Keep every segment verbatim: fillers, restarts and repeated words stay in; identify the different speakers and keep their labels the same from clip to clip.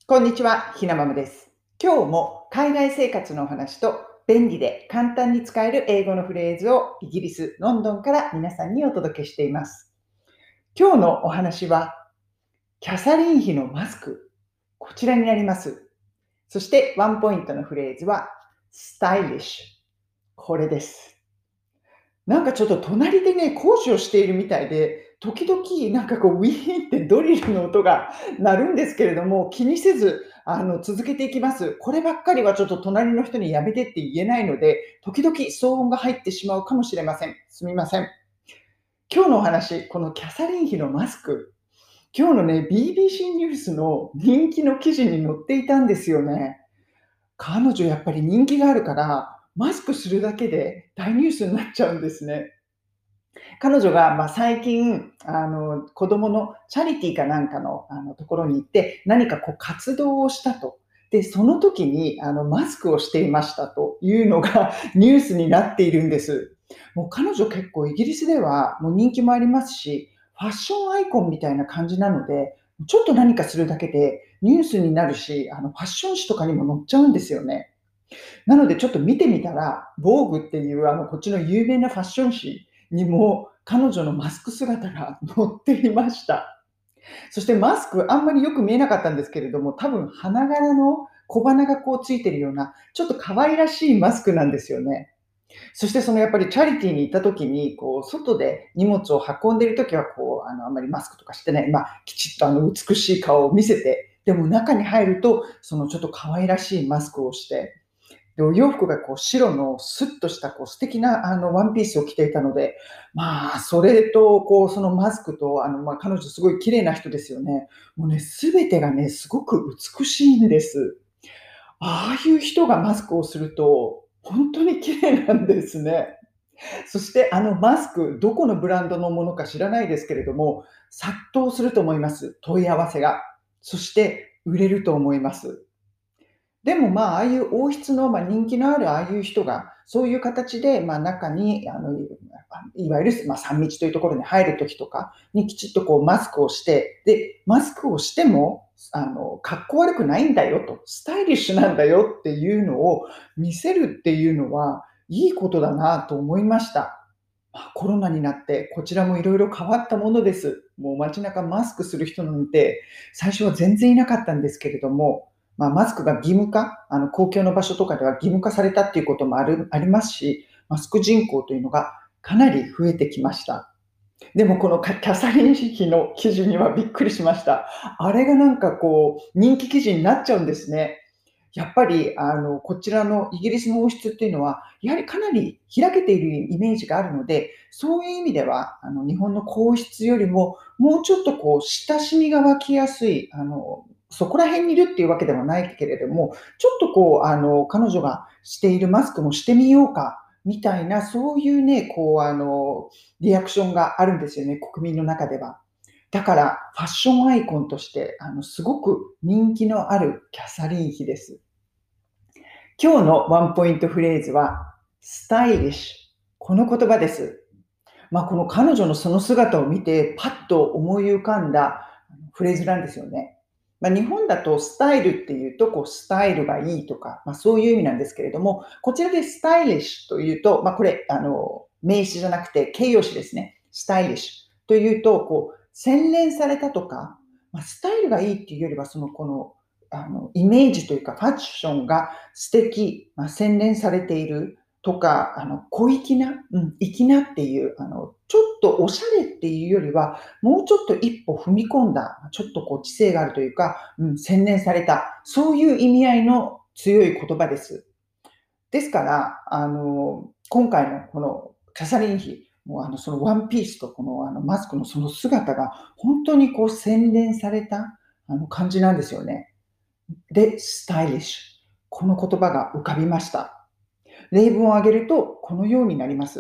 Speaker 1: こんにちは、ひなまむです。今日も海外生活のお話と便利で簡単に使える英語のフレーズをイギリス・ロンドンから皆さんにお届けしています。今日のお話はキャサリン妃のマスク、こちらになります。そしてワンポイントのフレーズはスタイリッシュ。これです。なんかちょっと隣でね、講師をしているみたいで、時々なんかこうウィーンってドリルの音が鳴るんですけれども、気にせずあの続けていきます。こればっかりはちょっと隣の人にやめてって言えないので、時々騒音が入ってしまうかもしれません。すみません。今日のお話、このキャサリン妃のマスク、今日のね、ビービーシー ニュースの人気の記事に載っていたんですよね。彼女やっぱり人気があるから、マスクするだけで大ニュースになっちゃうんですね。彼女が、ま、最近、あの、子供のチャリティーかなんかの、あの、ところに行って、何かこう活動をしたと。で、その時に、あの、マスクをしていましたというのがニュースになっているんです。もう彼女結構イギリスではもう人気もありますし、ファッションアイコンみたいな感じなので、ちょっと何かするだけでニュースになるし、あの、ファッション誌とかにも載っちゃうんですよね。なのでちょっと見てみたら、ボーグっていうあのこっちの有名なファッション誌にも彼女のマスク姿が載っていました。そしてマスクあんまりよく見えなかったんですけれども、多分花柄の小花がこうついてるような、ちょっと可愛らしいマスクなんですよね。そしてそのやっぱりチャリティーに行った時に、こう外で荷物を運んでいる時はこうあのあんまりマスクとかしてない、まあ、きちっとあの美しい顔を見せて、でも中に入るとそのちょっと可愛らしいマスクをして、で、お洋服がこう白のスッとしたこう素敵なあのワンピースを着ていたので、まあ、それとこうそのマスクと、あの、まあ、彼女すごい綺麗な人ですよね。もうね、すべてがね、すごく美しいんです。ああいう人がマスクをすると、本当に綺麗なんですね。そしてあのマスク、どこのブランドのものか知らないですけれども、殺到すると思います、問い合わせが。そして売れると思います。でも、まあ、ああいう王室の、ま、人気のあるああいう人が、そういう形で、ま、中に、あの、いわゆる、ま、さんみちというところに入る時とかにきちっとこうマスクをして、で、マスクをしても、あの、格好悪くないんだよと、スタイリッシュなんだよっていうのを見せるっていうのは、いいことだなと思いました。ま、コロナになって、こちらもいろいろ変わったものです。もう街中マスクする人なんて、最初は全然いなかったんですけれども、まあ、マスクが義務化、あの公共の場所とかでは義務化されたっていうこともあるありますし、マスク人口というのがかなり増えてきました。でもこのキャサリン妃の記事にはびっくりしました。あれがなんかこう人気記事になっちゃうんですね。やっぱりあのこちらのイギリスの王室っていうのは、やはりかなり開けているイメージがあるので、そういう意味ではあの日本の皇室よりももうちょっとこう親しみが湧きやすい、あのそこら辺にいるっていうわけではないけれども、ちょっとこうあの彼女がしているマスクもしてみようかみたいな、そういうね、こうあのリアクションがあるんですよね、国民の中では。だから、ファッションアイコンとして、あの、すごく人気のあるキャサリン妃です。今日のワンポイントフレーズは、スタイリッシュ。この言葉です。まあ、この彼女のその姿を見て、パッと思い浮かんだフレーズなんですよね。まあ、日本だとスタイルっていうと、こう、スタイルがいいとか、まあ、そういう意味なんですけれども、こちらでスタイリッシュというと、まあ、これ、あの、名詞じゃなくて形容詞ですね。スタイリッシュというと、こう、洗練されたとか、まあ、スタイルがいいっていうよりは、その、この、あの、イメージというか、ファッションが素敵、まあ、洗練されているとか、あの、小粋な、うん、粋なっていう、あの、ちょっとおしゃれっていうよりは、もうちょっと一歩踏み込んだ、ちょっとこう知性があるというか、うん、洗練された、そういう意味合いの強い言葉です。ですから、あの、今回のこのキャサリン妃、もうあの、そのワンピースとこのあのマスクのその姿が、本当にこう洗練されたあの感じなんですよね。で、スタイリッシュ。この言葉が浮かびました。例文を挙げると、このようになります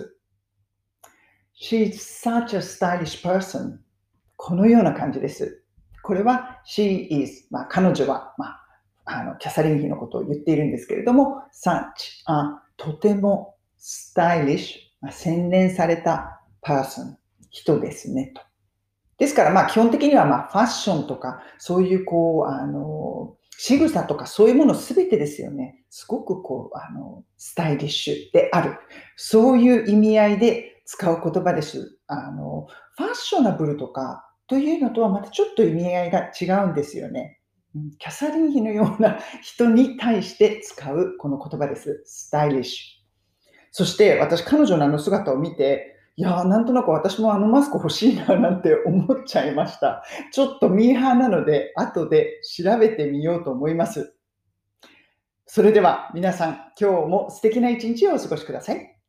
Speaker 1: 。She's such a stylish person. このような感じです。これは she is、まあ、彼女は、まあ、あのキャサリン妃のことを言っているんですけれども、such a とても stylish、まあ、洗練された person、人ですねと。ですから、まあ、基本的には、まあ、ファッションとか、そういう、こう、あの、 仕草とかそういうものすべてですよね。すごくこう、あの、スタイリッシュである。そういう意味合いで使う言葉です。あの、ファッショナブルとかというのとはまたちょっと意味合いが違うんですよね。うん、キャサリン妃のような人に対して使うこの言葉です。スタイリッシュ。そして私、彼女のあの姿を見て、いやー、なんとなく私もあのマスク欲しいななんて思っちゃいました。ちょっとミーハーなので、後で調べてみようと思います。それでは皆さん、今日も素敵な一日をお過ごしください。